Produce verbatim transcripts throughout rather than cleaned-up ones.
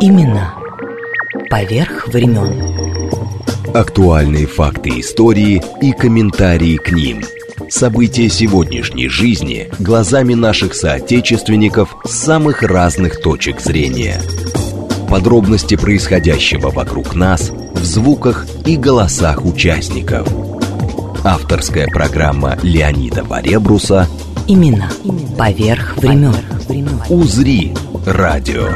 Имена поверх времен. Актуальные факты истории и комментарии к ним. События сегодняшней жизни глазами наших соотечественников с самых разных точек зрения. Подробности происходящего вокруг нас в звуках и голосах участников. Авторская программа Леонида Баребруса Имена поверх времен. «Узри радио».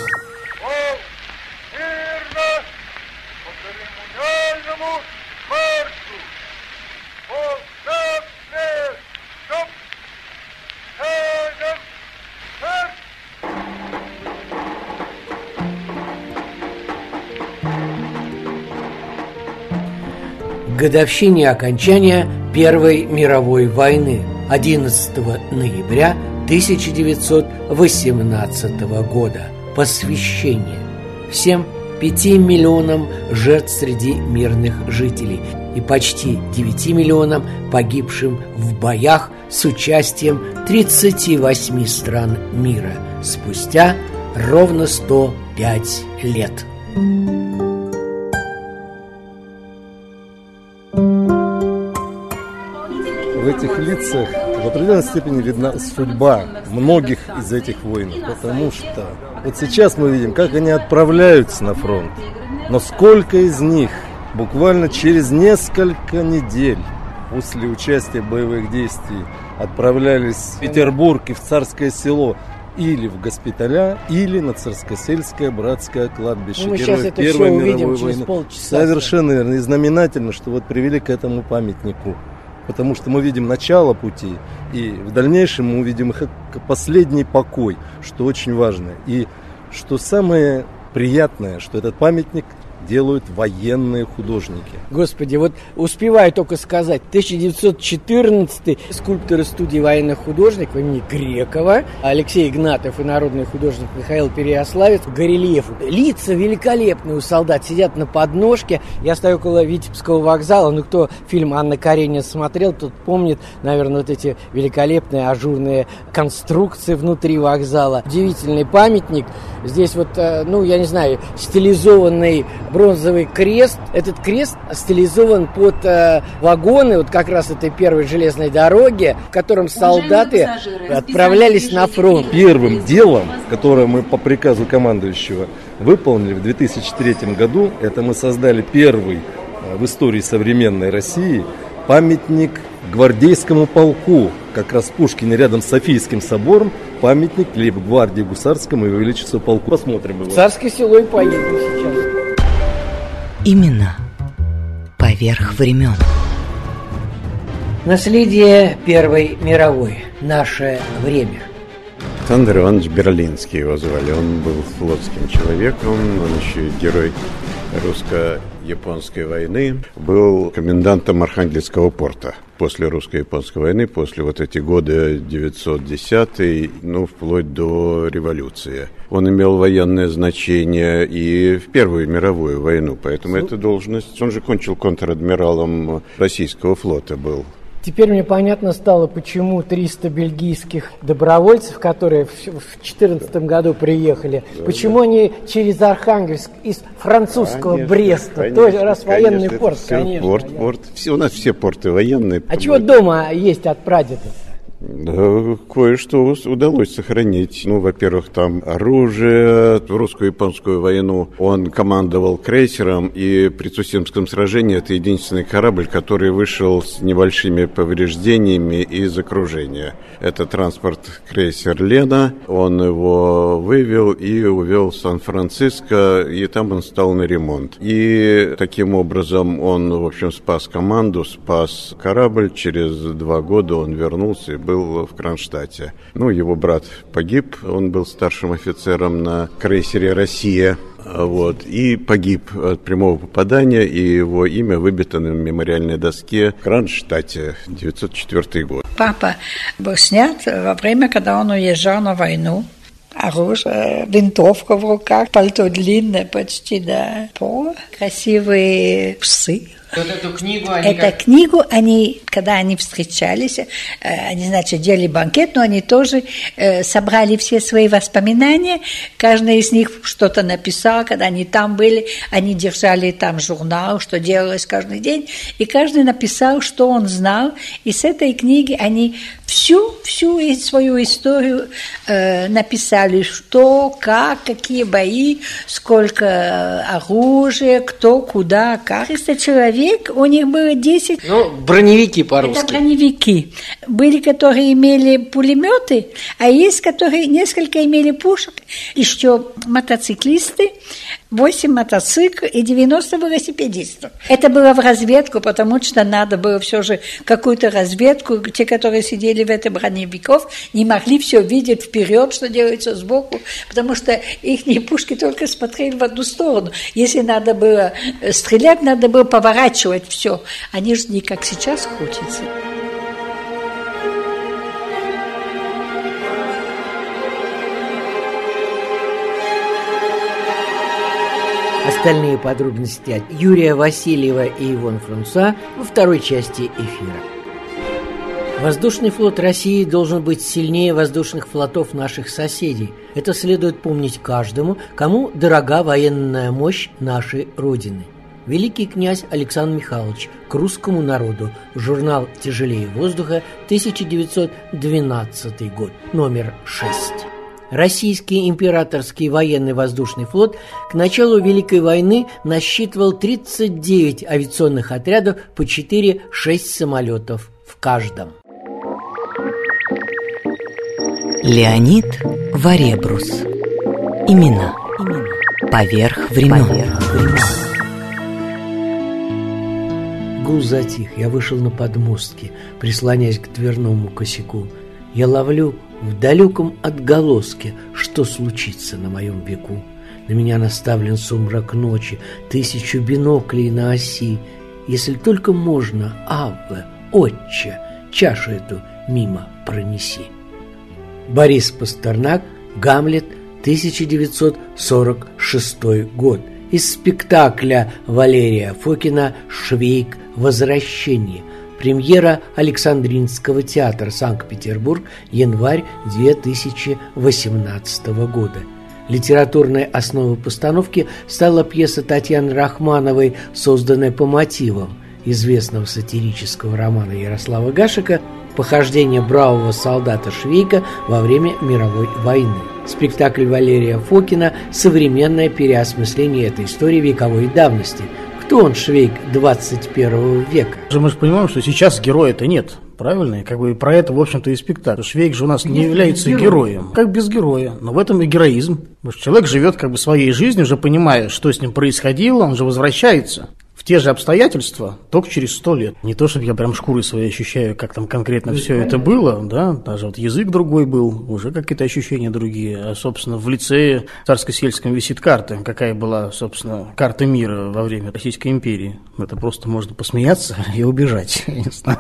К годовщине окончания Первой мировой войны одиннадцатого ноября тысяча девятьсот восемнадцатого года. Посвящение всем пяти миллионам жертв среди мирных жителей и почти девяти миллионам погибшим в боях с участием тридцати восьми стран мира спустя ровно сто пять лет. В этих лицах в определенной степени видна судьба многих из этих воинов, потому что вот сейчас мы видим, как они отправляются на фронт, но сколько из них буквально через несколько недель после участия в боевых действий отправлялись в Петербург и в Царское Село или в госпиталя, или на Царскосельское братское кладбище. Ну, мы сейчас это все увидим через полчаса. Совершенно верно. И знаменательно, что вот привели к этому памятнику. Потому что мы видим начало пути, и в дальнейшем мы увидим их последний покой, что очень важно. И что самое приятное, что этот памятник делают военные художники. Господи, вот успеваю только сказать, тысяча девятьсот четырнадцатый скульпторы студии военных художников имени Грекова, Алексей Игнатов и народный художник Михаил Переяславец, горельеф. Лица великолепные у солдат, сидят на подножке. Я стою около Витебского вокзала, ну кто фильм Анна Каренина смотрел, тот помнит, наверное, вот эти великолепные ажурные конструкции внутри вокзала. Удивительный памятник. Здесь вот, ну я не знаю, стилизованный бронзовый крест. Этот крест стилизован под э, вагоны, вот как раз этой первой железной дороги, в котором солдаты отправлялись на фронт. Первым делом, которое мы по приказу командующего выполнили в две тысячи третьем году, это мы создали первый э, в истории современной России памятник гвардейскому полку, как раз в Пушкине рядом с Софийским собором, памятник лейб-гвардии гусарскому и его величеству полку. Посмотрим его. В Царское Село и поедем сейчас. Имена поверх времен. Наследие Первой мировой. Наше время. Александр Иванович Берлинский его звали. Он был флотским человеком, он еще и герой русско-японской войны. Был комендантом Архангельского порта. После русско-японской войны, после вот эти годы девятьсот десятый, ну, вплоть до революции. Он имел военное значение и в Первую мировую войну, поэтому эта должность... Он же кончил контр-адмиралом российского флота был. Теперь мне понятно стало, почему триста бельгийских добровольцев, которые в две тысячи четырнадцатом году приехали, да, почему да. они через Архангельск из французского конечно, Бреста, конечно, то есть раз конечно, военный порт, конечно. Порт, порт. Все, у нас все порты военные. А чего дома есть от прадеда? Да, кое-что удалось сохранить. Ну, во-первых, там оружие. В русско-японскую войну он командовал крейсером, и при Цусимском сражении это единственный корабль, который вышел с небольшими повреждениями из окружения. Это транспорт-крейсер «Лена». Он его вывел и увел в Сан-Франциско, и там он стал на ремонт. И таким образом он, в общем, спас команду, спас корабль. Через два года он вернулся и был в Кронштадте. Ну, его брат погиб, он был старшим офицером на крейсере «Россия». Вот, и погиб от прямого попадания, и его имя выбито на мемориальной доске в Кронштадте, девятьсот четвёртый год. Папа был снят во время, когда он уезжал на войну. Оружие, винтовка в руках, пальто длинное почти до пола, красивые псы. Вот эту книгу они... Эту как... книгу они, когда они встречались, они, значит, делали банкет, но они тоже собрали все свои воспоминания, каждый из них что-то написал, когда они там были, они держали там журнал, что делалось каждый день, и каждый написал, что он знал, и с этой книги они всю, всю свою историю э, написали, что, как, какие бои, сколько оружия, кто, куда, как. триста человек, у них было десять... Ну, броневики по-русски. Это броневики. Были, которые имели пулеметы, а есть, которые несколько имели пушек. Еще мотоциклисты, восемь мотоциклов и девяносто велосипедистов. Это было в разведку, потому что надо было все же какую-то разведку. Те, которые сидели в этих броневиках, не могли все видеть вперед, что делается сбоку, потому что их пушки только смотрели в одну сторону. Если надо было стрелять, надо было поворачивать все. Они же не как сейчас крутятся. Остальные подробности от Юрия Васильева и Ивон Фрунса во второй части эфира. Воздушный флот России должен быть сильнее воздушных флотов наших соседей. Это следует помнить каждому, кому дорога военная мощь нашей Родины. Великий князь Александр Михайлович к русскому народу. Журнал «Тяжелее воздуха», тысяча девятьсот двенадцатый год, номер шесть. Российский императорский военный воздушный флот к началу Великой войны насчитывал тридцать девять авиационных отрядов по четыре-шесть самолетов в каждом. Леонид Варебрус. Имена. Поверх времен. Поверх времен. Гул затих. Я вышел на подмостки, прислоняясь к дверному косяку. Я ловлю в далеком отголоске, что случится на моем веку. На меня наставлен сумрак ночи, тысячу биноклей на оси. Если только можно, Авве, Отче, чашу эту мимо пронеси. Борис Пастернак, Гамлет, тысяча девятьсот сорок шестой год. Из спектакля Валерия Фокина «Швейк. Возвращение». Премьера Александринского театра, Санкт-Петербург, январь две тысячи восемнадцатого года. Литературной основой постановки стала пьеса Татьяны Рахмановой, созданная по мотивам известного сатирического романа Ярослава Гашека «Похождение бравого солдата Швейка во время мировой войны». Спектакль Валерия Фокина – современное переосмысление этой истории вековой давности. Кто он, Швейк двадцать первого века? Мы же понимаем, что сейчас героя-то нет, правильно? И как бы про это, в общем-то, и спектакль. Швейк же у нас не является героем, как без героя. Но в этом и героизм. Потому что человек живет как бы своей жизнью, уже понимая, что с ним происходило, он же возвращается в те же обстоятельства, только через сто лет. Не то, чтобы я прям шкурой своей ощущаю, как там конкретно все это было, да, даже вот язык другой был, уже какие-то ощущения другие. А, собственно, в лицее царско-сельском висит карта, какая была, собственно, карта мира во время Российской империи. Это просто можно посмеяться и убежать, я не знаю.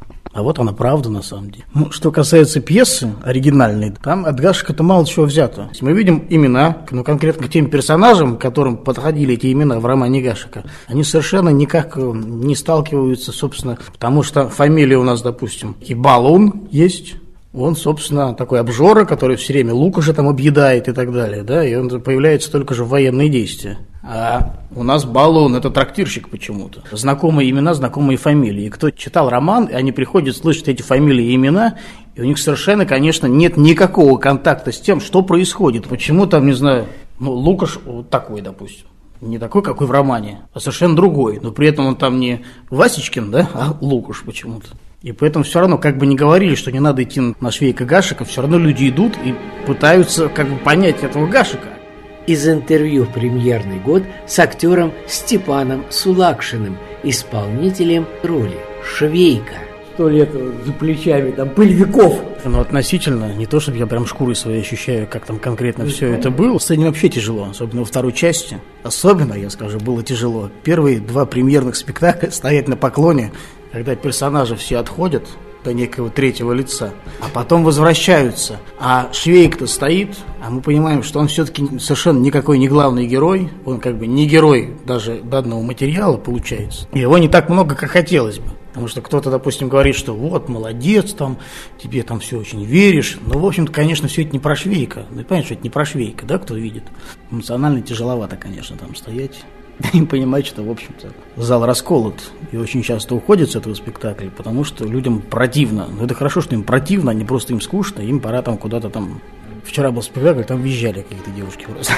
А вот она правда, на самом деле. Ну, что касается пьесы оригинальной, там от Гашека-то мало чего взято. Мы видим имена, ну, конкретно к тем персонажам, к которым подходили эти имена в романе Гашека, они совершенно никак не сталкиваются, собственно, потому что фамилия у нас, допустим, и Балун есть. Он, собственно, такой обжора, который все время Лукаша там объедает и так далее, да, и он появляется только же в военные действия. А у нас Балун – это трактирщик почему-то. Знакомые имена, знакомые фамилии. И кто читал роман, они приходят слышать эти фамилии и имена, и у них совершенно, конечно, нет никакого контакта с тем, что происходит. Почему там, не знаю, ну, Лукаш вот такой, допустим. Не такой, какой в романе, а совершенно другой. Но при этом он там не Васечкин, да, а Лукаш почему-то. И поэтому все равно, как бы ни говорили, что не надо идти на Швейка Гашека, все равно люди идут и пытаются как бы понять этого Гашека. Из интервью в премьерный год с актером Степаном Сулакшиным, исполнителем роли Швейка. Сто лет за плечами, там пыль веков. Но относительно, не то, чтобы я прям шкурой своей ощущаю, как там конкретно все это было. Сцене вообще тяжело, особенно во второй части. Особенно, я скажу, было тяжело. Первые два премьерных спектакля стоять на поклоне, когда персонажи все отходят, до некого третьего лица, а потом возвращаются. А Швейк-то стоит, а мы понимаем, что он все-таки совершенно никакой не главный герой, он как бы не герой даже данного материала получается. И его не так много, как хотелось бы. Потому что кто-то, допустим, говорит, что вот, молодец, там, тебе там все очень веришь. Но, в общем-то, конечно, все это не про Швейка. Ну, понятно, что это не про Швейка, да, кто видит. Эмоционально тяжеловато, конечно, там стоять и понимать, что, в общем-то, зал расколот и очень часто уходит с этого спектакля, потому что людям противно. Ну, это хорошо, что им противно, а не просто им скучно, им пора там куда-то там... Вчера был спектакль, там визжали какие-то девушки просто.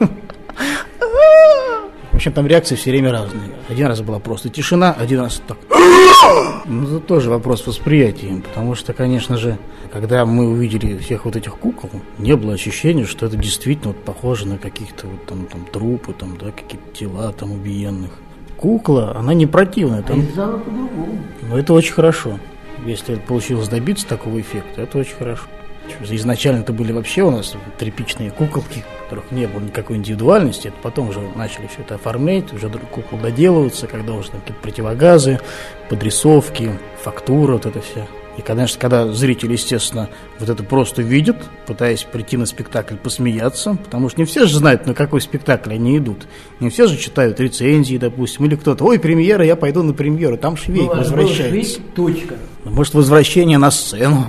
В общем, там реакции все время разные. Один раз была просто тишина, один раз так... Ну, это тоже вопрос восприятия, потому что, конечно же, когда мы увидели всех вот этих кукол, не было ощущения, что это действительно вот похоже на каких-то вот там, там трупы, там, да, какие-то тела там убиенных. Кукла, она не противная. Там... А по-другому. Но это очень хорошо. Если получилось добиться такого эффекта, это очень хорошо. Изначально это были вообще у нас тряпичные куколки, у которых не было никакой индивидуальности. Это потом уже начали все это оформлять, уже кукол доделываются, когда уже там какие-то противогазы, подрисовки, фактура, вот это все. И, конечно, когда зрители, естественно, вот это просто видят, пытаясь прийти на спектакль посмеяться, потому что не все же знают, на какой спектакль они идут. Не все же читают рецензии, допустим, или кто-то, ой, премьера, я пойду на премьеру, там Швейк ну, возвращается. Швейк, точка. Может, возвращение на сцену.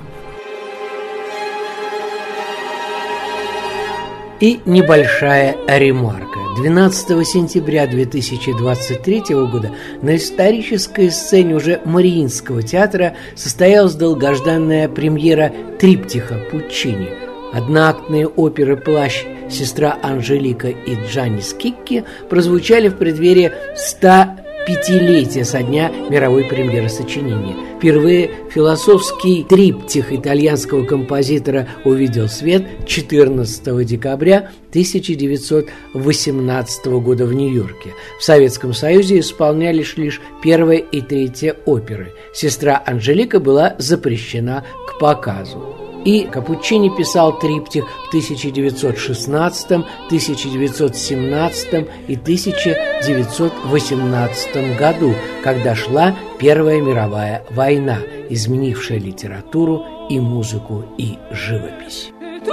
И небольшая ремарка. двенадцатого сентября две тысячи двадцать третьего года на исторической сцене уже Мариинского театра состоялась долгожданная премьера триптиха Пуччини. Одноактные оперы «Плащ», «Сестра Анжелика» и «Джанни Скикки» прозвучали в преддверии ста пятилетия со дня мировой премьеры сочинения. Впервые философский триптих итальянского композитора увидел свет четырнадцатого декабря тысяча девятьсот восемнадцатого года в Нью-Йорке. В Советском Союзе исполнялись лишь первая и третья оперы. «Сестра Анжелика» была запрещена к показу. И Капуччини писал триптих в тысяча девятьсот шестнадцатом, тысяча девятьсот семнадцатом и тысяча девятьсот восемнадцатом году, когда шла Первая мировая война, изменившая литературу и музыку и живопись.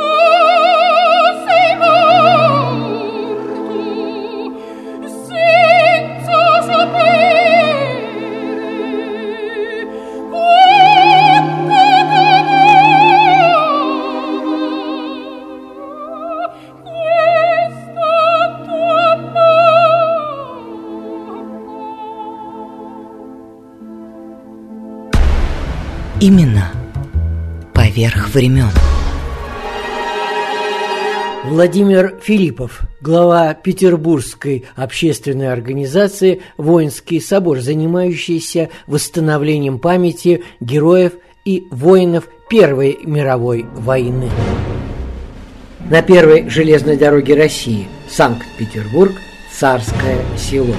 Имена поверх времен. Владимир Филиппов, глава Петербургской общественной организации «Воинский собор», занимающийся восстановлением памяти героев и воинов Первой мировой войны. На первой железной дороге России Санкт-Петербург, Царское село.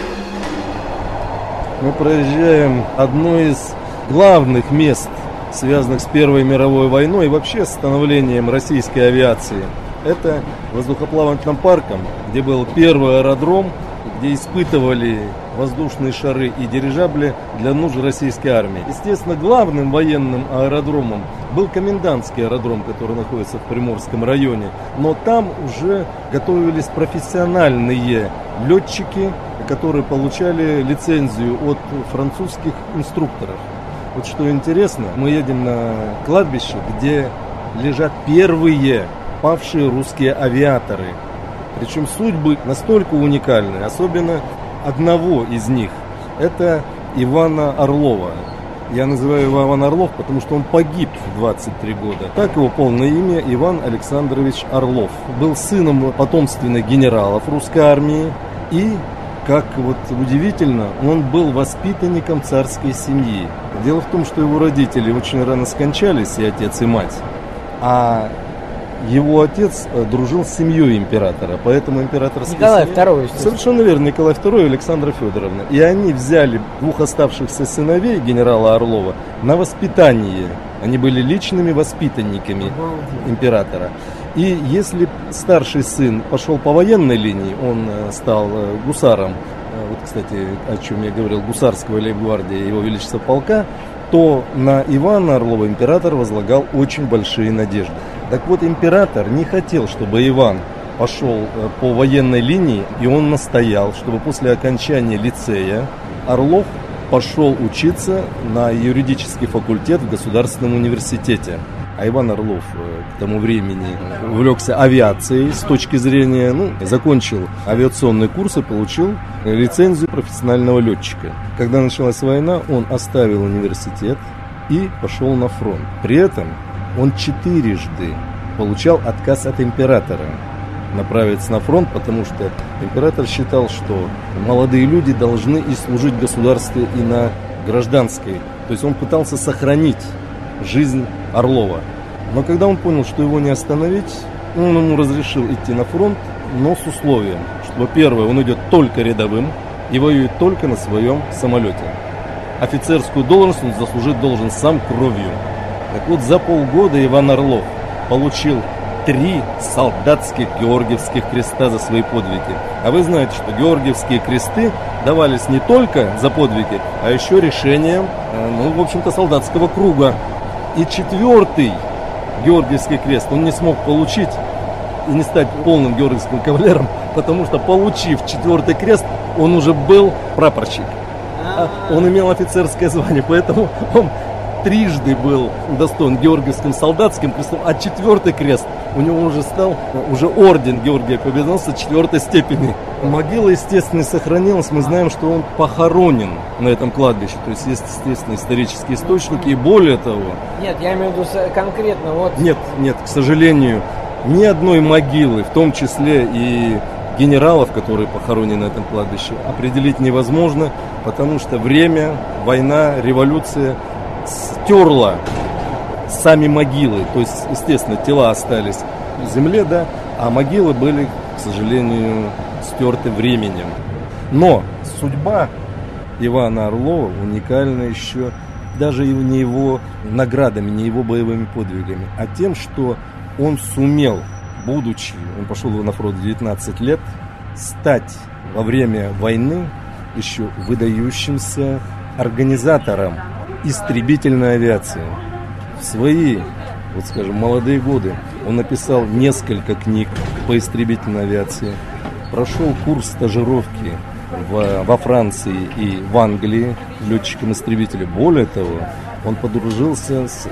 Мы проезжаем одно из главных мест, связанных с Первой мировой войной и вообще с становлением российской авиации. Это воздухоплавательным парком, где был первый аэродром, где испытывали воздушные шары и дирижабли для нужд российской армии. Естественно, главным военным аэродромом был комендантский аэродром, который находится в Приморском районе. Но там уже готовились профессиональные летчики, которые получали лицензию от французских инструкторов. Вот что интересно, мы едем на кладбище, где лежат первые павшие русские авиаторы. Причем судьбы настолько уникальны, особенно одного из них. Это Ивана Орлова. Я называю его Иван Орлов, потому что он погиб в двадцать три года. Так его полное имя Иван Александрович Орлов. Был сыном потомственных генералов русской армии и, как вот удивительно, он был воспитанником царской семьи. Дело в том, что его родители очень рано скончались, и отец, и мать. А его отец дружил с семьей императора, поэтому императорская Николай семья... второй. Совершенно верно, Николай второй и Александра Федоровна. И они взяли двух оставшихся сыновей генерала Орлова на воспитание. Они были личными воспитанниками императора. И если старший сын пошел по военной линии, он стал гусаром, вот, кстати, о чем я говорил, гусарского лейб-гвардии Его Величества полка, то на Ивана Орлова император возлагал очень большие надежды. Так вот, император не хотел, чтобы Иван пошел по военной линии, и он настоял, чтобы после окончания лицея Орлов пошел учиться на юридический факультет в Государственном университете. А Иван Орлов к тому времени увлекся авиацией с точки зрения, ну, закончил авиационный курс и получил лицензию профессионального летчика. Когда началась война, он оставил университет и пошел на фронт. При этом он четырежды получал отказ от императора направиться на фронт, потому что император считал, что молодые люди должны и служить государству и на гражданской. То есть он пытался сохранить жизнь Орлова. Но когда он понял, что его не остановить, он ему разрешил идти на фронт, но с условием, что, первое, он идет только рядовым и воюет только на своем самолете. Офицерскую должность он заслужить должен сам кровью. Так вот, за полгода Иван Орлов получил три солдатских георгиевских креста за свои подвиги. А вы знаете, что георгиевские кресты давались не только за подвиги, а еще решением, ну, в общем-то, солдатского круга. И четвертый георгиевский крест он не смог получить и не стать полным георгиевским кавалером, потому что, получив четвертый крест, он уже был прапорщик. Он имел офицерское звание, поэтому он трижды был удостоен георгиевским солдатским крестом, а четвертый крест у него уже стал уже орден Георгия Победоносца четвертой степени. Могила, естественно, сохранилась. Мы знаем, что он похоронен на этом кладбище. То есть есть, естественно, исторические источники. И более того... Нет, я имею в виду конкретно вот... Нет, нет, к сожалению, ни одной могилы, в том числе и генералов, которые похоронены на этом кладбище, определить невозможно, потому что время, война, революция стерла сами могилы. То есть, естественно, тела остались в земле, да, а могилы были, к сожалению, стерты временем. Но судьба Ивана Орлова уникальна еще даже не его наградами, не его боевыми подвигами, а тем, что он сумел, будучи, он пошел на фронт в девятнадцать лет, стать во время войны еще выдающимся организатором истребительной авиации. В свои, вот скажем, молодые годы он написал несколько книг по истребительной авиации, прошел курс стажировки в, во Франции и в Англии летчиком-истребителем. Более того, он подружился с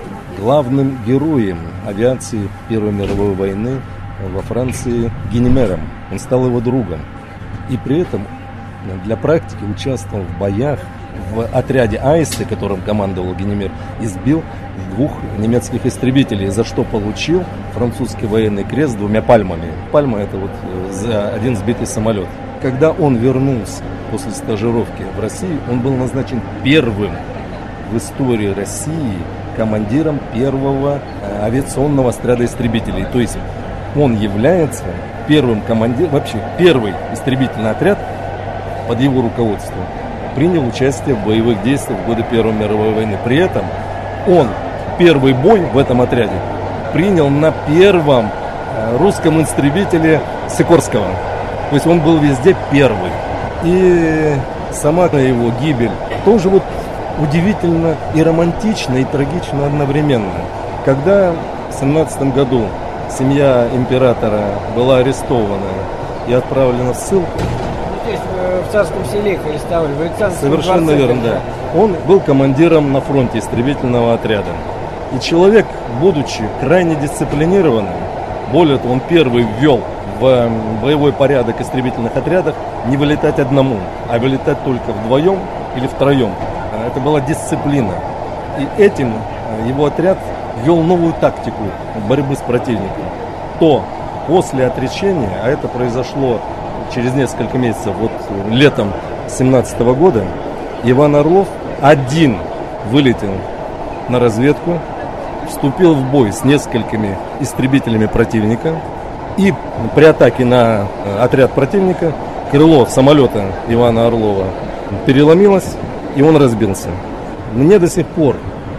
главным героем авиации Первой мировой войны во Франции Гинемером. Он стал его другом. И при этом для практики участвовал в боях в отряде Аисты, которым командовал Гинемер, избил двух немецких истребителей, за что получил французский военный крест с двумя пальмами. Пальма — это вот за один сбитый самолет. Когда он вернулся после стажировки в Россию, он был назначен первым в истории России командиром первого авиационного отряда истребителей. То есть он является первым командиром, вообще первый истребительный отряд под его руководством принял участие в боевых действиях в годы Первой мировой войны. При этом он первый бой в этом отряде принял на первом русском истребителе Сикорского. То есть он был везде первый. И сама его гибель тоже вот удивительно и романтично, и трагично одновременно. Когда в семнадцатом году семья императора была арестована и отправлена в ссылку, в Царском Селе их арестовали, в Александровском дворце. Совершенно верно, да. Он был командиром на фронте истребительного отряда. И человек, будучи крайне дисциплинированным, более того, он первый ввел в боевой порядок истребительных отрядов не вылетать одному, а вылетать только вдвоем или втроем. Это была дисциплина. И этим его отряд ввел новую тактику борьбы с противником. То после отречения, а это произошло через несколько месяцев, вот летом семнадцатого года, Иван Орлов один вылетел на разведку, вступил в бой с несколькими истребителями противника, и при атаке на отряд противника крыло самолета Ивана Орлова переломилось, и он разбился. Мне до сих пор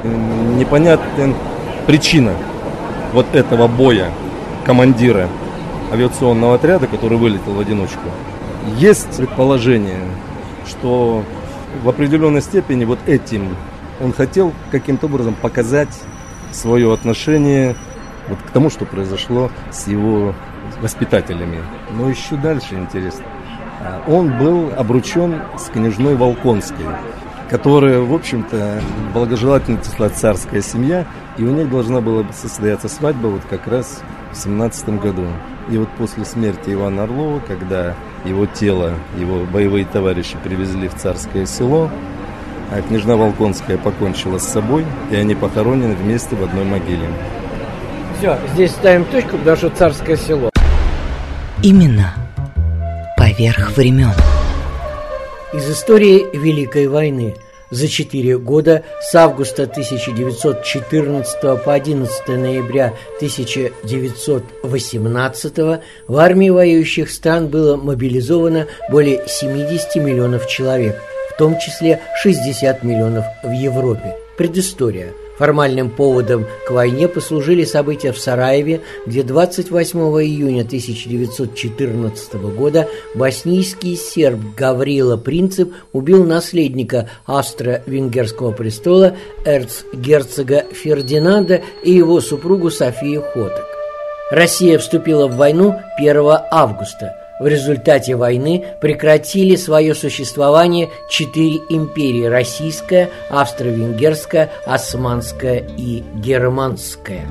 непонятна причина вот этого боя командира авиационного отряда, который вылетел в одиночку. Есть предположение, что в определенной степени вот этим Он хотел каким-то образом показать свое отношение вот к тому, что произошло с его воспитателями. Но еще дальше интересно. Он был обручен с княжной Волконской, которая, в общем-то, благожелательная царская семья, и у них должна была состояться свадьба вот как раз в семнадцатом году. И вот после смерти Ивана Орлова, когда его тело, его боевые товарищи привезли в Царское Село, а княжна Волконская покончила с собой, и они похоронены вместе в одной могиле. Все, здесь ставим точку, потому что Царское Село. Именно поверх времен. Из истории Великой войны. За четыре года с августа тысяча девятьсот четырнадцатого по одиннадцатое ноября тысяча девятьсот восемнадцатого в армии воюющих стран было мобилизовано более семьдесят миллионов человек, в том числе шестьдесят миллионов в Европе. Предыстория. Формальным поводом к войне послужили события в Сараеве, где двадцать восьмого июня тысяча девятьсот четырнадцатого года боснийский серб Гаврила Принцип убил наследника австро-венгерского престола эрцгерцога Фердинанда и его супругу Софию Хотек. Россия вступила в войну первого августа. В результате войны прекратили свое существование четыре империи – российская, австро-венгерская, османская и германская.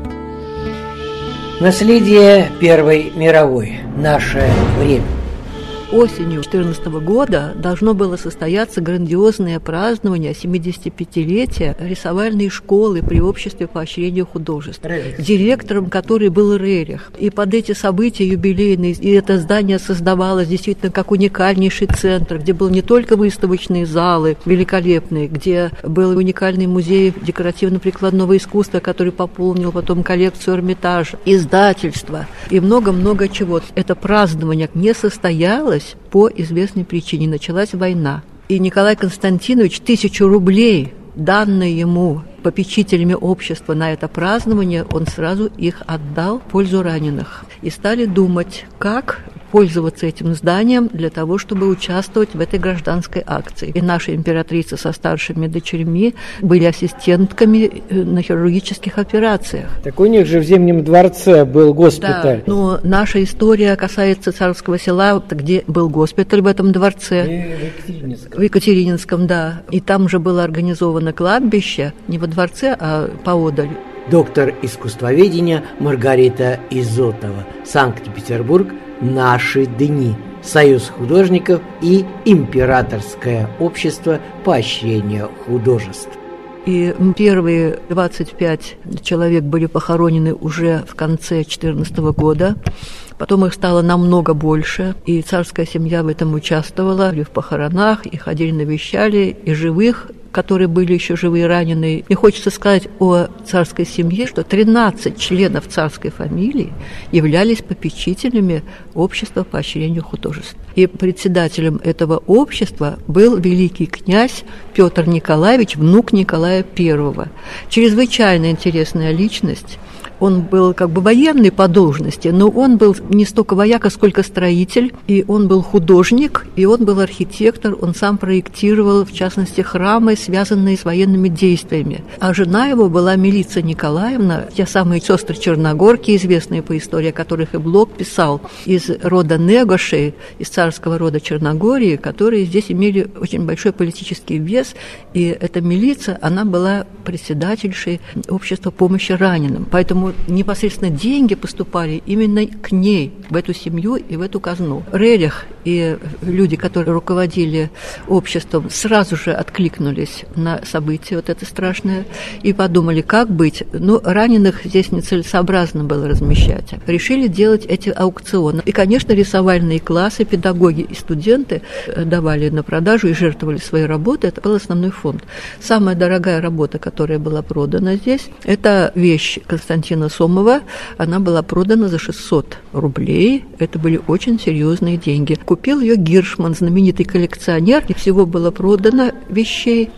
Наследие Первой мировой. Наше время. Осенью две тысячи четырнадцатого года должно было состояться грандиозное празднование семидесятипятилетия рисовальной школы при обществе поощрения художеств, Рерих. директором которой был Рерих. И под эти события юбилейные, и это здание создавалось действительно как уникальнейший центр, где был не только выставочные залы великолепные, где был уникальный музей декоративно-прикладного искусства, который пополнил потом коллекцию Эрмитажа, издательство и много-много чего. Это празднование не состоялось по известной причине. Началась война. И Николай Константинович тысячу рублей, данные ему попечителями общества на это празднование, он сразу их отдал в пользу раненых. И стали думать, как пользоваться этим зданием для того, чтобы участвовать в этой гражданской акции. И наша императрица со старшими дочерьми были ассистентками на хирургических операциях. Так у них же в Зимнем дворце был госпиталь. Да, но наша история касается Царского Села, где был госпиталь в этом дворце. В Екатерининском. В Екатерининском, да. И там же было организовано кладбище, не во дворце, а поодаль. Доктор искусствоведения Маргарита Изотова. Санкт-Петербург. Наши дни. Союз художников и Императорское общество поощрения художеств. И первые двадцать пять человек были похоронены уже в конце две тысячи четырнадцатого года. Потом их стало намного больше, и царская семья в этом участвовала, и в похоронах, и ходили, навещали, и живых, которые были еще живые, раненые. Мне хочется сказать о царской семье, что тринадцать членов царской фамилии являлись попечителями общества поощрения художеств. И председателем этого общества был великий князь Петр Николаевич, внук Николая Первого. Чрезвычайно интересная личность. Он был как бы военный по должности, но он был не столько вояка, сколько строитель, и он был художник, и он был архитектор, он сам проектировал, в частности, храмы, связанные с военными действиями. А жена его была Милица Николаевна, те самые сестры Черногорки, известные по истории, о которых и Блок писал, из рода Негошей, из царского рода Черногории, которые здесь имели очень большой политический вес, и эта Милица, она была председательшей общества помощи раненым. Поэтому непосредственно деньги поступали именно к ней, в эту семью и в эту казну. Рерих и люди, которые руководили обществом, сразу же откликнулись на событие вот это страшное и подумали, как быть. Ну, раненых здесь нецелесообразно было размещать. Решили делать эти аукционы. И, конечно, рисовальные классы, педагоги и студенты давали на продажу и жертвовали своей работой. Это был основной фонд. Самая дорогая работа, которая была продана здесь, это вещь Константина Сомова, она была продана за шестьсот рублей. Это были очень серьезные деньги. Купил ее Гиршман, знаменитый коллекционер, и всего было продано вещей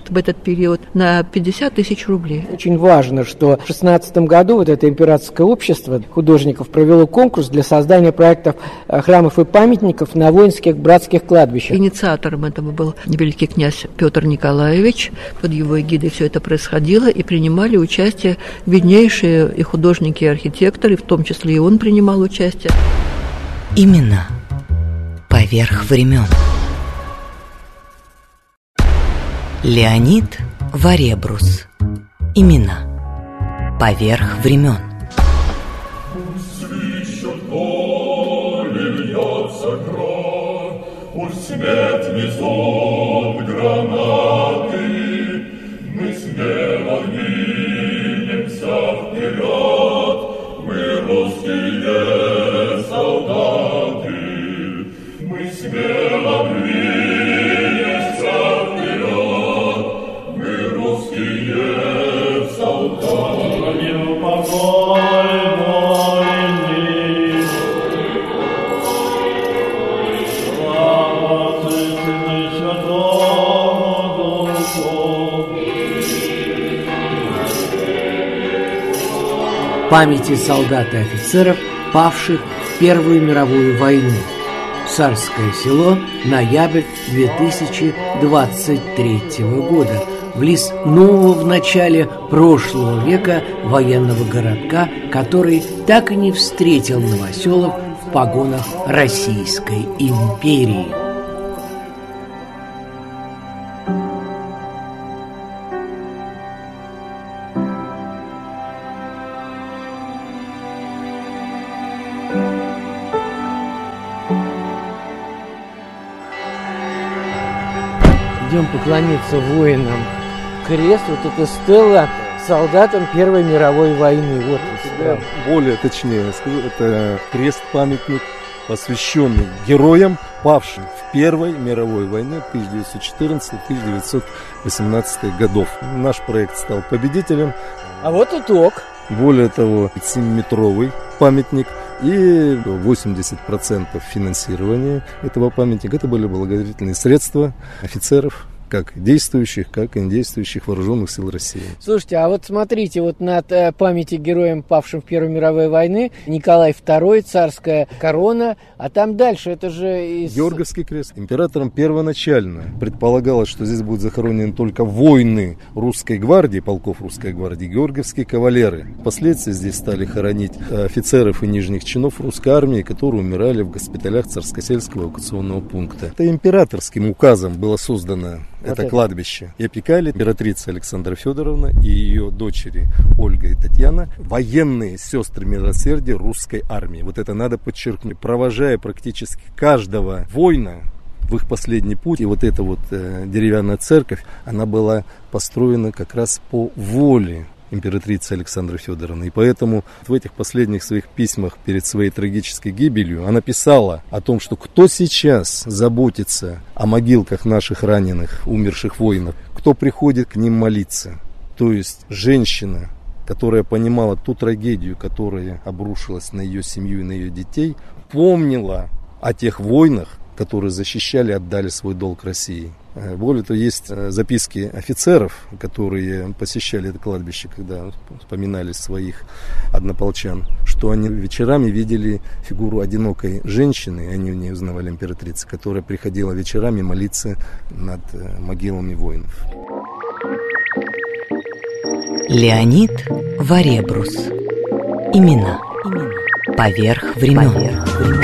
в этот период на пятьдесят тысяч рублей. Очень важно, что в шестнадцатом году вот это императорское общество художников провело конкурс для создания проектов храмов и памятников на воинских братских кладбищах. Инициатором этого был великий князь Петр Николаевич. Под его эгидой все это происходило, и принимали участие виднейшие и художники, и архитекторы, в том числе и он принимал участие. Именно поверх времен. Леонид Варебрус. Имена поверх времен. Пусть свет несут гранаты, мы смело двинемся вперед, мы русские солдаты, мы смело двинемся вперед, мы русские солдаты. Памяти солдат и офицеров, павших в Первую мировую войну. Царское село, ноябрь две тысячи двадцать третьего года. Близ нового в начале прошлого века военного городка, который так и не встретил новоселов в погонах Российской империи. Идем поклониться воинам. Крест, вот эта стелла солдатам Первой мировой войны. Вот, да, более точнее скажу, это крест-памятник, посвященный героям, павшим в Первой мировой войне тысяча девятьсот четырнадцатого — тысяча девятьсот восемнадцатого годов. Наш проект стал победителем. А вот итог. Более того, семиметровый памятник и восемьдесят процентов финансирования этого памятника это были благотворительные средства офицеров, как действующих, как и недействующих вооруженных сил России. Слушайте, а вот смотрите, вот над э, памяти героям, павшим в Первой мировой войны, Николай второй, царская корона, а там дальше, это же... Из... Георгиевский крест. Императором первоначально предполагалось, что здесь будут захоронены только воины русской гвардии, полков русской гвардии, георгиевские кавалеры. Впоследствии здесь стали хоронить офицеров и нижних чинов русской армии, которые умирали в госпиталях Царскосельского эвакуационного пункта. Это императорским указом было создано вот это, это кладбище. И опекали императрица Александра Федоровна и ее дочери Ольга и Татьяна, военные сестры милосердия русской армии. Вот это надо подчеркнуть. Провожая практически каждого воина в их последний путь. И вот эта вот э, деревянная церковь, она была построена как раз по воле императрицы Александры Федоровны. И поэтому в этих последних своих письмах перед своей трагической гибелью она писала о том, что кто сейчас заботится о могилках наших раненых, умерших воинов, кто приходит к ним молиться. То есть женщина, которая понимала ту трагедию, которая обрушилась на ее семью и на ее детей, помнила о тех войнах, которые защищали, отдали свой долг России. Более того, есть записки офицеров, которые посещали это кладбище, когда вспоминали своих однополчан, что они вечерами видели фигуру одинокой женщины, и они в ней узнавали императрицу, которая приходила вечерами молиться над могилами воинов. Леонид Варебрус. Имена. Имена. Поверх времен. Поверх времен.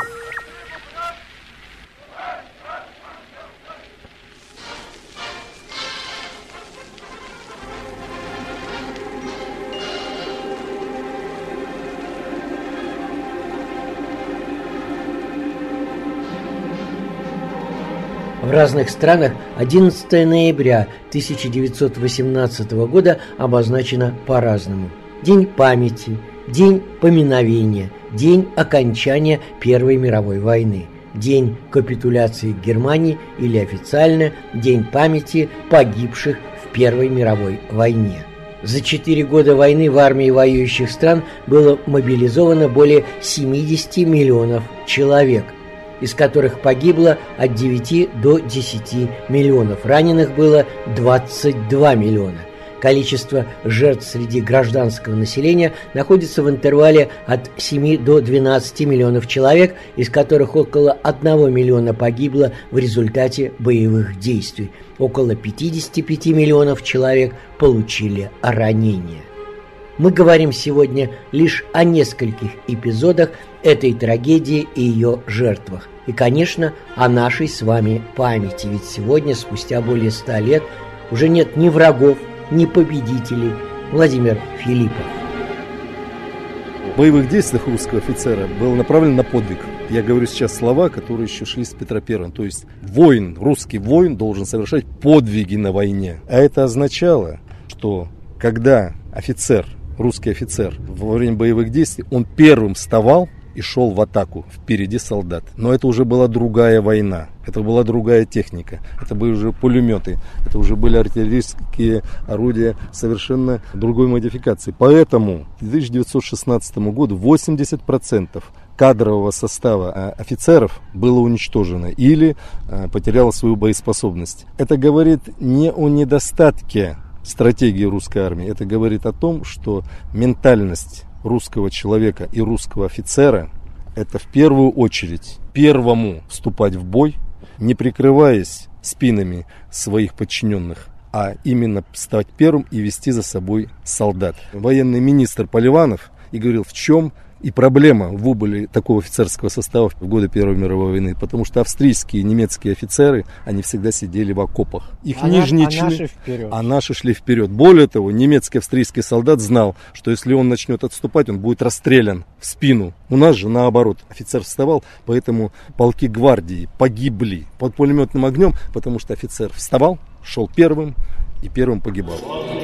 В разных странах одиннадцатого ноября тысяча девятьсот восемнадцатого года обозначено по-разному. День памяти, день поминовения, день окончания Первой мировой войны, день капитуляции Германии или официально день памяти погибших в Первой мировой войне. За четыре года войны в армии воюющих стран было мобилизовано более семьдесят миллионов человек. из которых погибло от девяти до десяти миллионов. Раненых было двадцать два миллиона. Количество жертв среди гражданского населения находится в интервале от семи до двенадцати миллионов человек, из которых около одного миллиона погибло в результате боевых действий. Около пятидесяти пяти миллионов человек получили ранения. Мы говорим сегодня лишь о нескольких эпизодах этой трагедии и ее жертвах. И, конечно, о нашей с вами памяти. Ведь сегодня, спустя более ста лет, уже нет ни врагов, ни победителей. Владимир Филиппов. В боевых действиях русского офицера был направлен на подвиг. Я говорю сейчас слова, которые еще шли с Петра Первого. То есть воин, русский воин должен совершать подвиги на войне. А это означало, что когда офицер, русский офицер во время боевых действий, он первым вставал и шел в атаку впереди солдат. Но это уже была другая война, это была другая техника, это были уже пулеметы, это уже были артиллерийские орудия совершенно другой модификации. Поэтому к тысяча девятьсот шестнадцатому году восемьдесят процентов кадрового состава офицеров было уничтожено или потеряло свою боеспособность. Это говорит не о недостатке стратегии русской армии, это говорит о том, что ментальность русского человека и русского офицера — это в первую очередь первому вступать в бой, не прикрываясь спинами своих подчиненных, а именно стать первым и вести за собой солдат. Военный министр Поливанов и говорил, в чем и проблема в убыли такого офицерского состава в годы Первой мировой войны, потому что австрийские и немецкие офицеры, они всегда сидели в окопах. Их а нижние на, члены, а наши вперед. а наши шли вперед. Более того, немецкий австрийский солдат знал, что если он начнет отступать, он будет расстрелян в спину. У нас же наоборот, офицер вставал, поэтому полки гвардии погибли под пулеметным огнем, потому что офицер вставал, шел первым и первым погибал.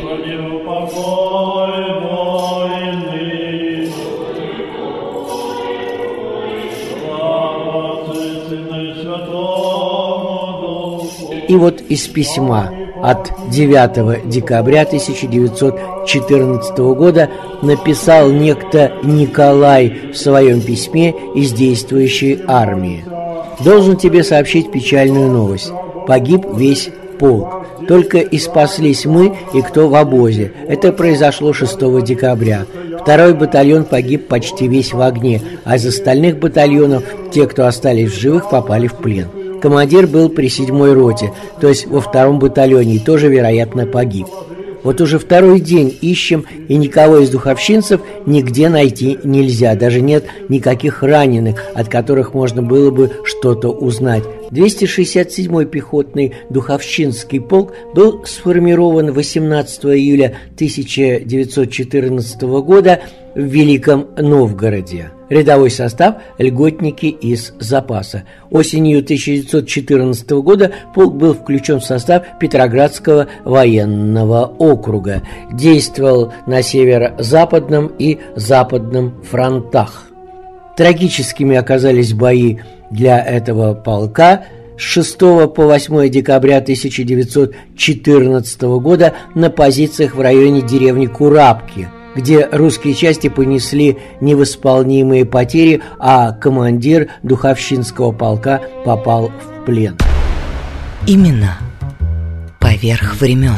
И вот из письма от девятого декабря тысяча девятьсот четырнадцатого года написал некто Николай в своем письме из действующей армии. «Должен тебе сообщить печальную новость. Погиб весь полк. Только и спаслись мы и кто в обозе. Это произошло шестого декабря. Второй батальон погиб почти весь в огне, а из остальных батальонов те, кто остались в живых, попали в плен. Командир был при седьмой роте, то есть во втором батальоне, и тоже, вероятно, погиб. Вот уже второй день ищем, и никого из духовщинцев нигде найти нельзя. Даже нет никаких раненых, от которых можно было бы что-то узнать. двести шестьдесят седьмой пехотный духовщинский полк был сформирован восемнадцатого июля тысяча девятьсот четырнадцатого года в Великом Новгороде. Рядовой состав – льготники из запаса. Осенью тысяча девятьсот четырнадцатого года полк был включен в состав Петроградского военного округа. Действовал на северо-западном и западном фронтах. Трагическими оказались бои для этого полка с шестого по восьмое декабря тысяча девятьсот четырнадцатого года на позициях в районе деревни Курабки, где русские части понесли невосполнимые потери, а командир духовщинского полка попал в плен. Имена поверх времен.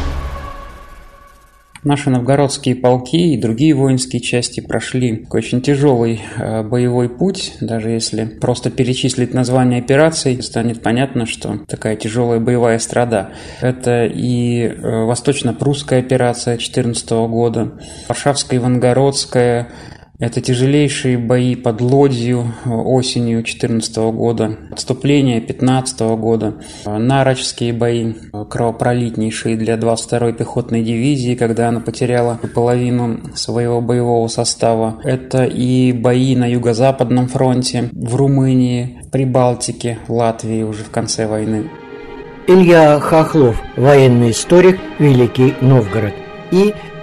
Наши новгородские полки и другие воинские части прошли очень тяжелый э, боевой путь. Даже если просто перечислить названия операций, станет понятно, что такая тяжелая боевая страда. Это и э, Восточно-Прусская операция две тысячи четырнадцатого года, Варшавская, Ивангородская. Это тяжелейшие бои под Лодзью осенью две тысячи четырнадцатого года, отступление две тысячи пятнадцатого года, Нарочские бои, кровопролитнейшие для двадцать второй пехотной дивизии, когда она потеряла половину своего боевого состава. Это и бои на Юго-Западном фронте, в Румынии, Прибалтике, Латвии уже в конце войны. Илья Хохлов, военный историк, Великий Новгород. И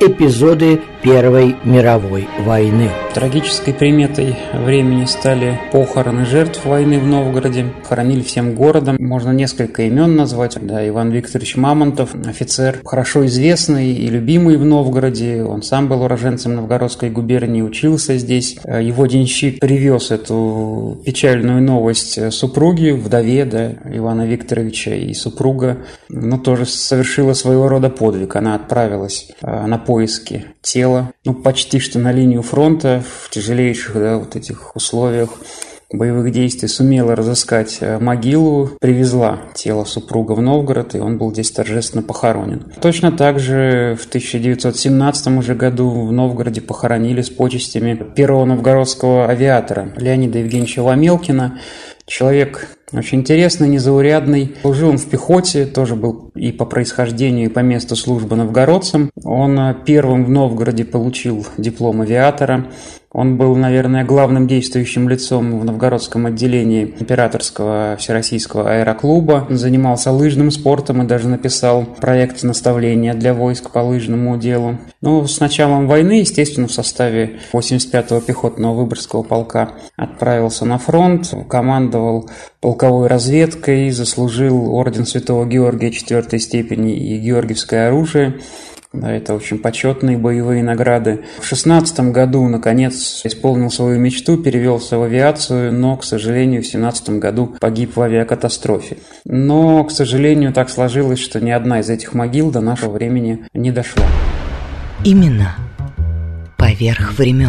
эпизоды Первой мировой войны. Трагической приметой времени стали похороны жертв войны в Новгороде. Хоронили всем городом. Можно несколько имен назвать. Да, Иван Викторович Мамонтов, офицер, хорошо известный и любимый в Новгороде. Он сам был уроженцем Новгородской губернии, учился здесь. Его денщик привез эту печальную новость супруге, вдове, да, Ивана Викторовича, и супруга, ну, тоже совершила своего рода подвиг. Она отправилась на поиски тела, ну, почти что на линию фронта, в тяжелейших, да, вот этих условиях боевых действий, сумела разыскать могилу, привезла тело супруга в Новгород, и он был здесь торжественно похоронен. Точно так же в тысяча девятьсот семнадцатом уже году в Новгороде похоронили с почестями первого новгородского авиатора Леонида Евгеньевича Ломелкина. Человек очень интересный, незаурядный. Служил он в пехоте, тоже был и по происхождению, и по месту службы новгородцем. Он первым в Новгороде получил диплом авиатора. Он был, наверное, главным действующим лицом в новгородском отделении Императорского Всероссийского аэроклуба. Он занимался лыжным спортом и даже написал проект наставления для войск по лыжному делу. Ну, с началом войны, естественно, в составе восемьдесят пятого пехотного Выборгского полка отправился на фронт, командовал полковой разведкой, заслужил орден Святого Георгия четвертой степени и георгиевское оружие. Да, это очень почетные боевые награды. В шестнадцатом году, наконец, исполнил свою мечту, перевелся в авиацию, но, к сожалению, в семнадцатом году погиб в авиакатастрофе. Но, к сожалению, так сложилось, что ни одна из этих могил до нашего времени не дошла. Именно поверх времен.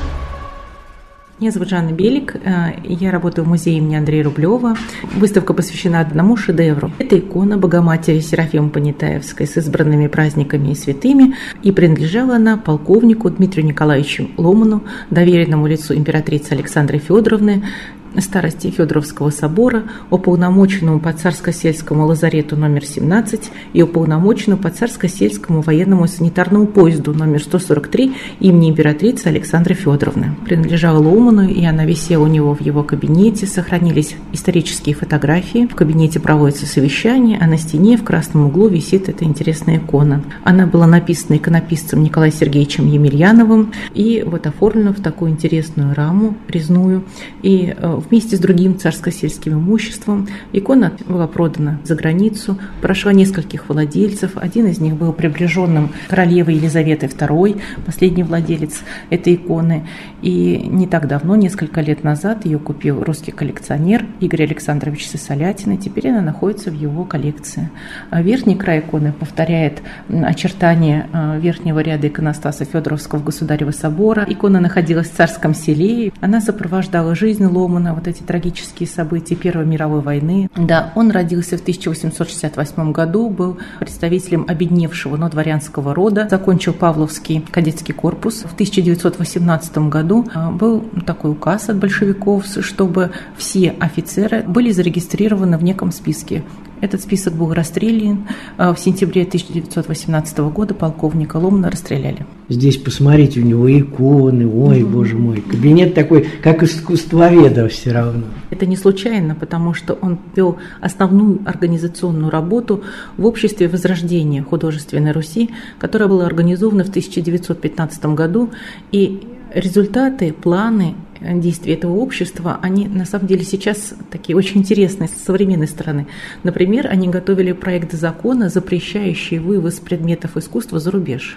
Меня зовут Жанна Белик, я работаю в музее имени Андрея Рублева. Выставка посвящена одному шедевру. Это икона Богоматери Серафимы Понятаевской с избранными праздниками и святыми, и принадлежала она полковнику Дмитрию Николаевичу Ломану, доверенному лицу императрицы Александры Федоровны, старости Федоровского собора, уполномоченному по царско-сельскому лазарету номер семнадцать и уполномоченному по царско-сельскому военному санитарному поезду номер сто сорок три имени императрицы Александры Федоровны. Принадлежала Ломану, и она висела у него в его кабинете. Сохранились исторические фотографии. В кабинете проводится совещание, а на стене в красном углу висит эта интересная икона. Она была написана иконописцем Николаем Сергеевичем Емельяновым и вот оформлена в такую интересную раму резную. И вместе с другим царско-сельским имуществом икона была продана за границу, прошла нескольких владельцев. Один из них был приближенным королевы Елизаветы второй, последний владелец этой иконы. И не так давно, несколько лет назад, ее купил русский коллекционер Игорь Александрович Сысолятин, и теперь она находится в его коллекции. Верхний край иконы повторяет очертания верхнего ряда иконостаса Федоровского Государева собора. Икона находилась в Царском селе, она сопровождала жизнь Ломана, вот эти трагические события Первой мировой войны. Да, он родился в тысяча восемьсот шестьдесят восьмом году, был представителем обедневшего, но дворянского рода, закончил Павловский кадетский корпус. В тысяча девятьсот восемнадцатом году был такой указ от большевиков, чтобы все офицеры были зарегистрированы в неком списке. Этот список был расстрелян. В сентябре тысяча девятьсот восемнадцатого года полковника Ломана расстреляли. Здесь посмотрите, у него иконы, ой, mm-hmm. боже мой, кабинет такой, как искусствоведа все равно. Это не случайно, потому что он вел основную организационную работу в обществе Возрождения художественной Руси, которое было организовано в тысяча девятьсот пятнадцатом году, и результаты, планы действия этого общества, они на самом деле сейчас такие очень интересные с современной стороны. Например, они готовили проект закона, запрещающий вывоз предметов искусства за рубеж.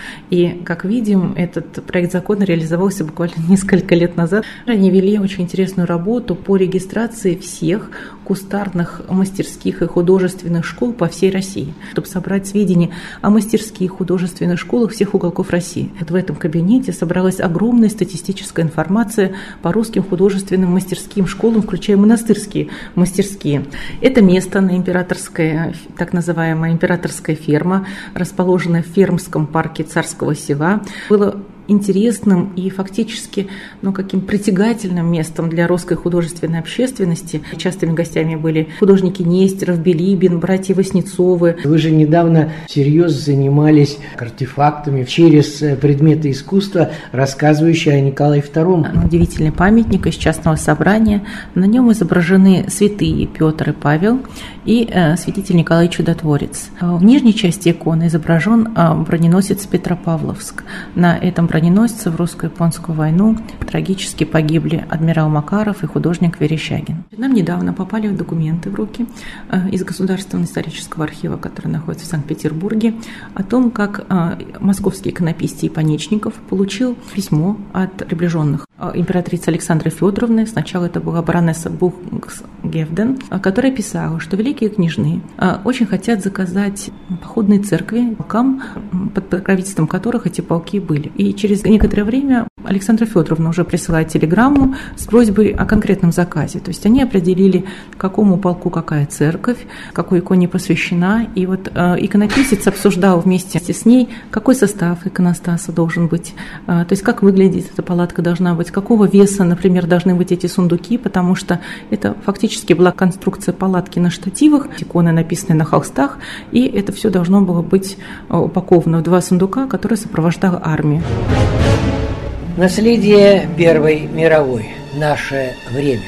И, как видим, этот проект закона реализовался буквально несколько лет назад. Они вели очень интересную работу по регистрации всех кустарных мастерских и художественных школ по всей России, чтобы собрать сведения о мастерских художественных школах всех уголков России. Вот в этом кабинете собралась огромная статистическая информация по русским художественным мастерским школам, включая монастырские мастерские. Это место на императорской, так называемая императорская ферма, расположенная в фермском парке Царского села, было интересным и фактически ну, каким притягательным местом для русской художественной общественности. Частыми гостями были художники Нестеров, Билибин, братья Васнецовы. Вы же недавно всерьез занимались артефактами через предметы искусства, рассказывающие о Николае втором. Удивительный памятник из частного собрания. На нем изображены святые Петр и Павел и э, святитель Николай Чудотворец. В нижней части иконы изображен э, броненосец Петропавловск. На этом броненосце в русско-японскую войну трагически погибли адмирал Макаров и художник Верещагин. Нам недавно попали документы в руки э, из Государственного исторического архива, который находится в Санкт-Петербурге, о том, как э, московский иконописец Ипанечников получил письмо от приближенных э, императрицы Александры Федоровны. Сначала это была баронесса Бухгевден, э, которая писала, что великие княжны э, очень хотят заказать походные церкви полкам, под покровительством которых эти полки были. И через некоторое время Александра Федоровна уже присылает телеграмму с просьбой о конкретном заказе. То есть они определили, какому полку какая церковь, какой иконе посвящена. И вот э, иконописец обсуждал вместе с ней, какой состав иконостаса должен быть, э, то есть как выглядит эта палатка должна быть, какого веса, например, должны быть эти сундуки, потому что это фактически была конструкция палатки на штативах, иконы написаны на холстах, и это все должно было быть упаковано в два сундука, которые сопровождала армию. Наследие Первой мировой. Наше время.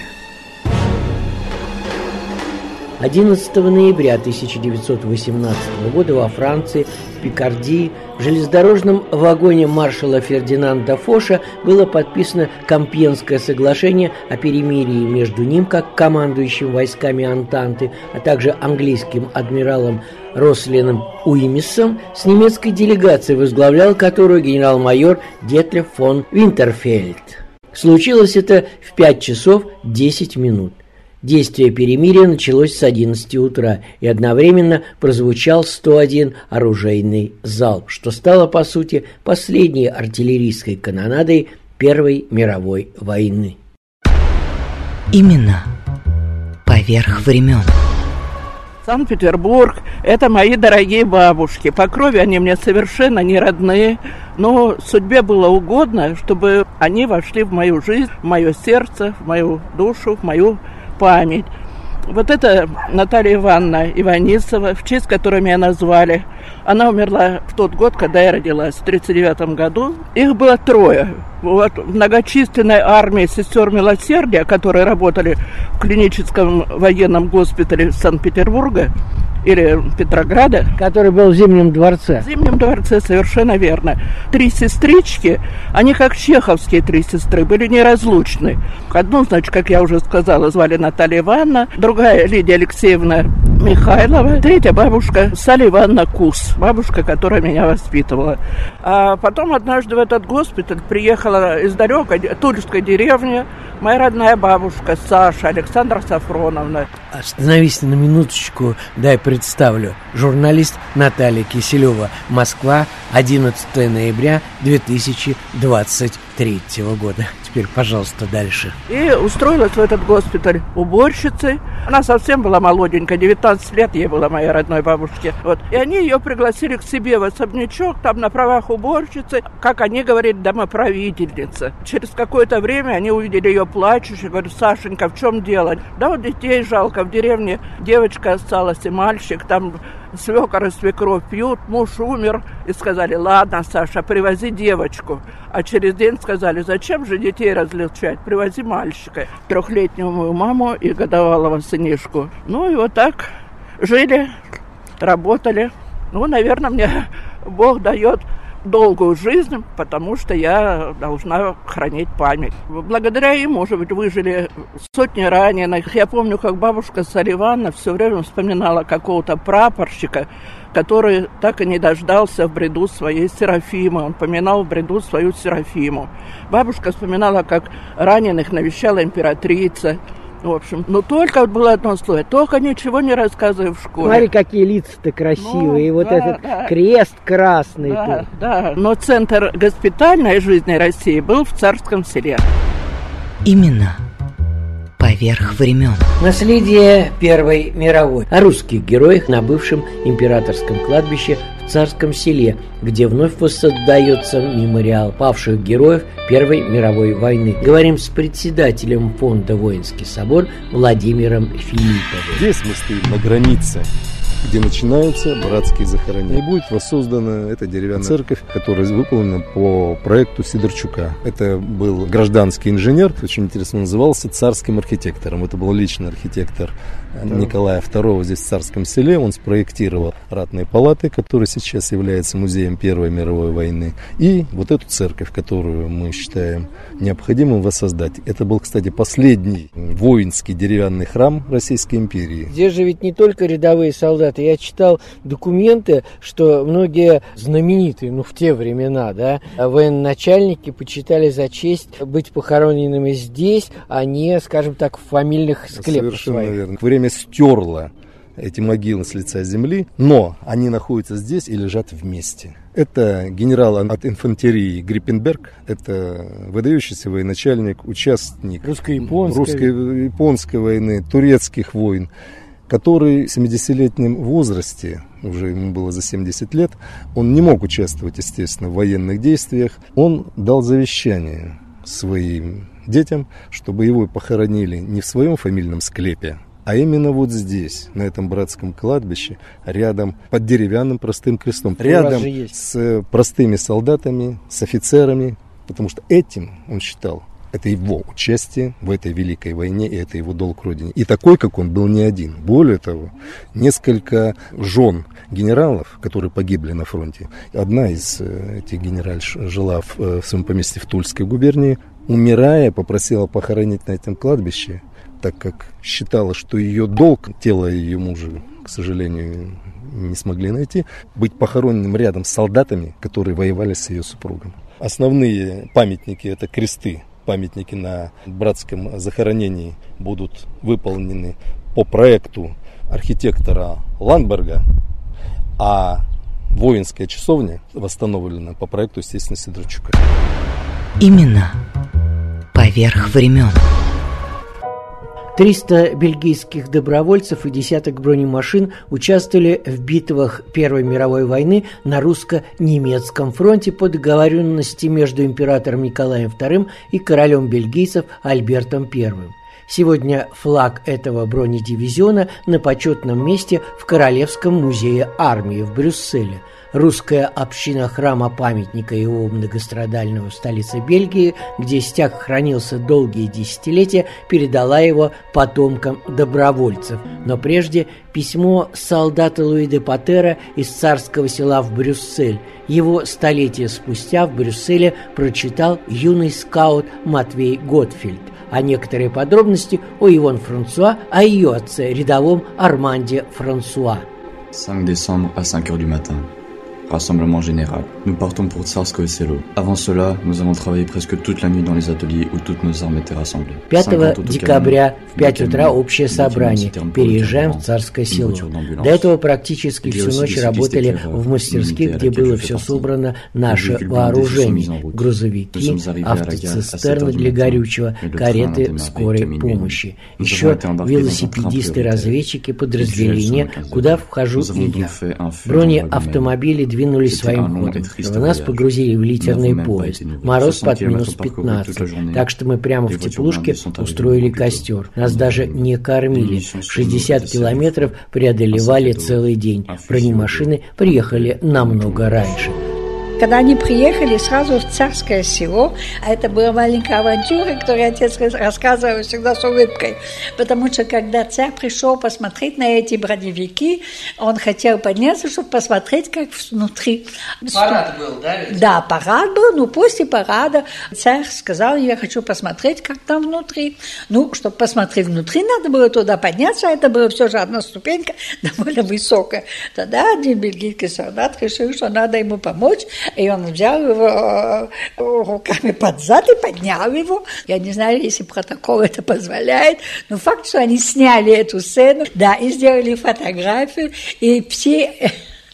одиннадцатого ноября тысяча девятьсот восемнадцатого года во Франции, в Пикардии, в железнодорожном вагоне маршала Фердинанда Фоша было подписано Компьенское соглашение о перемирии между ним, как командующим войсками Антанты, а также английским адмиралом Рослином Уимиссом, с немецкой делегацией, возглавлял которую генерал-майор Детлеф фон Винтерфельд. Случилось это в пять часов десять минут. Действие перемирия началось с одиннадцати утра, и одновременно прозвучал сто один оружейный залп, что стало, по сути, последней артиллерийской канонадой Первой мировой войны. Именно поверх времен. Санкт-Петербург – это мои дорогие бабушки. По крови они мне совершенно не родные, но судьбе было угодно, чтобы они вошли в мою жизнь, в мое сердце, в мою душу, в мою память. Вот это Наталья Ивановна Иванисова, в честь которой меня назвали. Она умерла в тот год, когда я родилась, в тридцать девятом году. Их было трое. Вот многочисленной армии сестер милосердия, которые работали в клиническом военном госпитале Санкт-Петербурга или Петрограда. Который был в Зимнем дворце. В Зимнем дворце, совершенно верно. Три сестрички, они как чеховские три сестры, были неразлучны. Одну, значит, как я уже сказала, звали Наталья Ивановна, другая Лидия Алексеевна Михайлова, третья бабушка Саля Ивановна Кус, бабушка, которая меня воспитывала. А потом однажды в этот госпиталь приехала из далекой тульской деревни моя родная бабушка Саша Александра Сафроновна. Остановись на минуточку, дай представлю. Журналист Наталья Киселева. Москва, одиннадцатого ноября две тысячи двадцать третьего года. Теперь, пожалуйста, дальше. И устроилась в этот госпиталь уборщицей. Она совсем была молоденькая, девятнадцать лет ей было, моей родной бабушке. Вот. И они ее пригласили к себе в особнячок, там на правах уборщицы, как они говорили, домоправительница. Через какое-то время они увидели ее плачущей, говорят: Сашенька, в чем дело? Да вот детей жалко, в деревне девочка осталась и мальчик, там свекор и свекровь пьют, муж умер. И сказали: ладно, Саша, привози девочку. А через день сказали: зачем же детей разлучать, привози мальчика. Трехлетнюю мою маму и годовалого сынишку. Ну и вот так жили, работали. Ну, наверное, мне Бог дает долгую жизнь, потому что я должна хранить память. Благодаря ему, может быть, выжили сотни раненых. Я помню, как бабушка Саля Ивановна все время вспоминала какого-то прапорщика, который так и не дождался в бреду своей Серафимы. Он поминал в бреду свою Серафиму. Бабушка вспоминала, как раненых навещала императрица. В общем, но только было одно слово, только ничего не рассказывай в школе. Смотри, какие лица-то красивые, ну, и вот да, этот да. крест красный. Да, тут. да, но центр госпитальной жизни России был в Царском Селе. Именно поверх времен. Наследие Первой мировой. О русских героях на бывшем императорском кладбище в Царском Селе, где вновь воссоздается мемориал павших героев Первой мировой войны. Говорим с председателем фонда «Воинский собор» Владимиром Филипповым. Здесь мы стоим на границе, где начинаются братские захоронения. И будет воссоздана эта деревянная церковь, которая выполнена по проекту Сидорчука. Это был гражданский инженер, очень интересно, назывался царским архитектором. Это был личный архитектор да. Николая второго здесь в Царском Селе. Он спроектировал ратные палаты, которые сейчас являются музеем Первой мировой войны. И вот эту церковь, которую мы считаем необходимым воссоздать. Это был, кстати, последний воинский деревянный храм Российской империи. Здесь же ведь не только рядовые солдаты. Я читал документы, что многие знаменитые, ну, в те времена, да, военачальники почитали за честь быть похороненными здесь, а не, скажем так, в фамильных склепах. Совершенно своих. верно. Время стерло эти могилы с лица земли, но они находятся здесь и лежат вместе. Это генерал от инфантерии Гриппенберг, это выдающийся военачальник, участник русско-японской, русско-японской войны, турецких войн, который в семидесятилетнем возрасте, уже ему было за семьдесят лет, он не мог участвовать, естественно, в военных действиях. Он дал завещание своим детям, чтобы его похоронили не в своем фамильном склепе, а именно вот здесь, на этом братском кладбище, рядом, под деревянным простым крестом, рядом с простыми солдатами, с офицерами, потому что этим, он считал, это его участие в этой великой войне, и это его долг родине. И такой, как он, был не один. Более того, несколько жен генералов, которые погибли на фронте. Одна из этих генеральш жила в, в своем поместье в Тульской губернии. Умирая, попросила похоронить на этом кладбище, так как считала, что ее долг, тело ее мужа, к сожалению, не смогли найти, быть похороненным рядом с солдатами, которые воевали с ее супругом. Основные памятники – это кресты. Памятники на братском захоронении будут выполнены по проекту архитектора Ландберга, а воинская часовня восстановлена по проекту, естественно, Сидорчука. Именно поверх времен. триста бельгийских добровольцев и десяток бронемашин участвовали в битвах Первой мировой войны на русско-немецком фронте по договоренности между императором Николаем вторым и королем бельгийцев Альбертом первым. Сегодня флаг этого бронедивизиона на почетном месте в Королевском музее армии в Брюсселе. Русская община храма-памятника его многострадального в столице Бельгии, где стяг хранился долгие десятилетия, передала его потомкам добровольцев. Но прежде письмо солдата Луи де Патера из Царского Села в Брюссель. Его столетия спустя в Брюсселе прочитал юный скаут Матвей Готфельд. А некоторые подробности о Ивон Франсуа, о ее отце, рядовом Арманде Франсуа. cinq décembre à cinq heures du matin. Rassemblement général. Nous partons pour Tsarskoye Selo. Avant cela, nous avons travaillé presque toute la nuit dans les ateliers où toutes nos armes étaient rassemblées. пятого декабря в пять утра общее собрание. Переезжаем в Царское Село. До этого практически всю ночь работали в мастерских, где было все собрано наше вооружение. Грузовики, автоцистерны для горючего, кареты скорой помощи. Еще велосипедисты-разведчики подразделения, куда вхожу и я. Бронеавтомобили двинулись своим ходом. Нас погрузили в литерный поезд. Мороз под минус пятнадцать. Так что мы прямо в теплушке устроили костер. Нас даже не кормили. шестьдесят километров преодолевали целый день. Бронемашины приехали намного раньше. Когда они приехали сразу в Царское Село, а это была маленькая авантюра, которую отец рассказывал всегда с улыбкой, потому что когда царь пришел посмотреть на эти броневики, он хотел подняться, чтобы посмотреть, как внутри. Парад был, да? Ведь? Да, парад был, но после парада царь сказал, я хочу посмотреть, как там внутри. Ну, чтобы посмотреть внутри, надо было туда подняться, а это была все же одна ступенька, довольно высокая. Тогда один бельгийский солдат решил, что надо ему помочь, и он взял его руками под зад и поднял его. Я не знаю, если протокол это позволяет, но факт, что они сняли эту сцену, да, и сделали фотографию, и все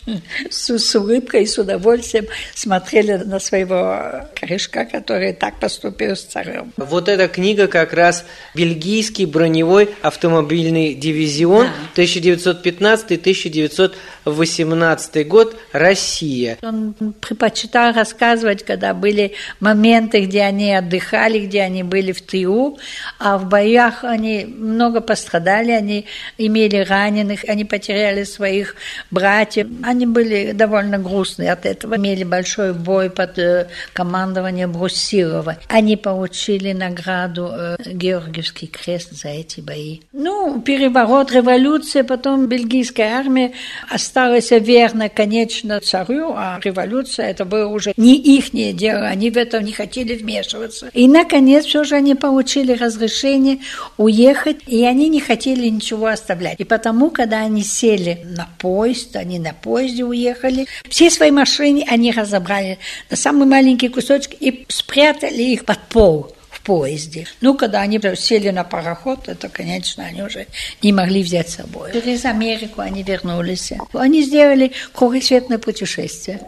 с, с улыбкой и с удовольствием смотрели на своего корешка, который так поступил с царем. Вот эта книга как раз «Бельгийский броневой автомобильный дивизион» да. тысяча девятьсот пятнадцатый — тысяча девятьсот восемнадцатый год, Россия. Он предпочитал рассказывать, когда были моменты, где они отдыхали, где они были в тылу, а в боях они много пострадали, они имели раненых, они потеряли своих братьев. Они были довольно грустные от этого. Имели большой бой под командованием Брусилова. Они получили награду Георгиевский крест за эти бои. Ну, переворот, революция, потом бельгийская армия осталась верна, конечно, царю, а революция это было уже не их дело, они в это не хотели вмешиваться. И, наконец, все же они получили разрешение уехать, и они не хотели ничего оставлять. И потому, когда они сели на поезд, они на поезде уехали, все свои машины они разобрали на самый маленький кусочек и спрятали их под пол в поезде. Ну, когда они сели на пароход, это, конечно, они уже не могли взять с собой. Через Америку они вернулись. Они сделали кругосветное путешествие.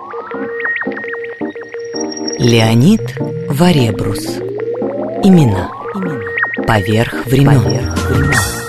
Леонид Варебрус. Имена. Имена. Поверх времен. Поверх времен.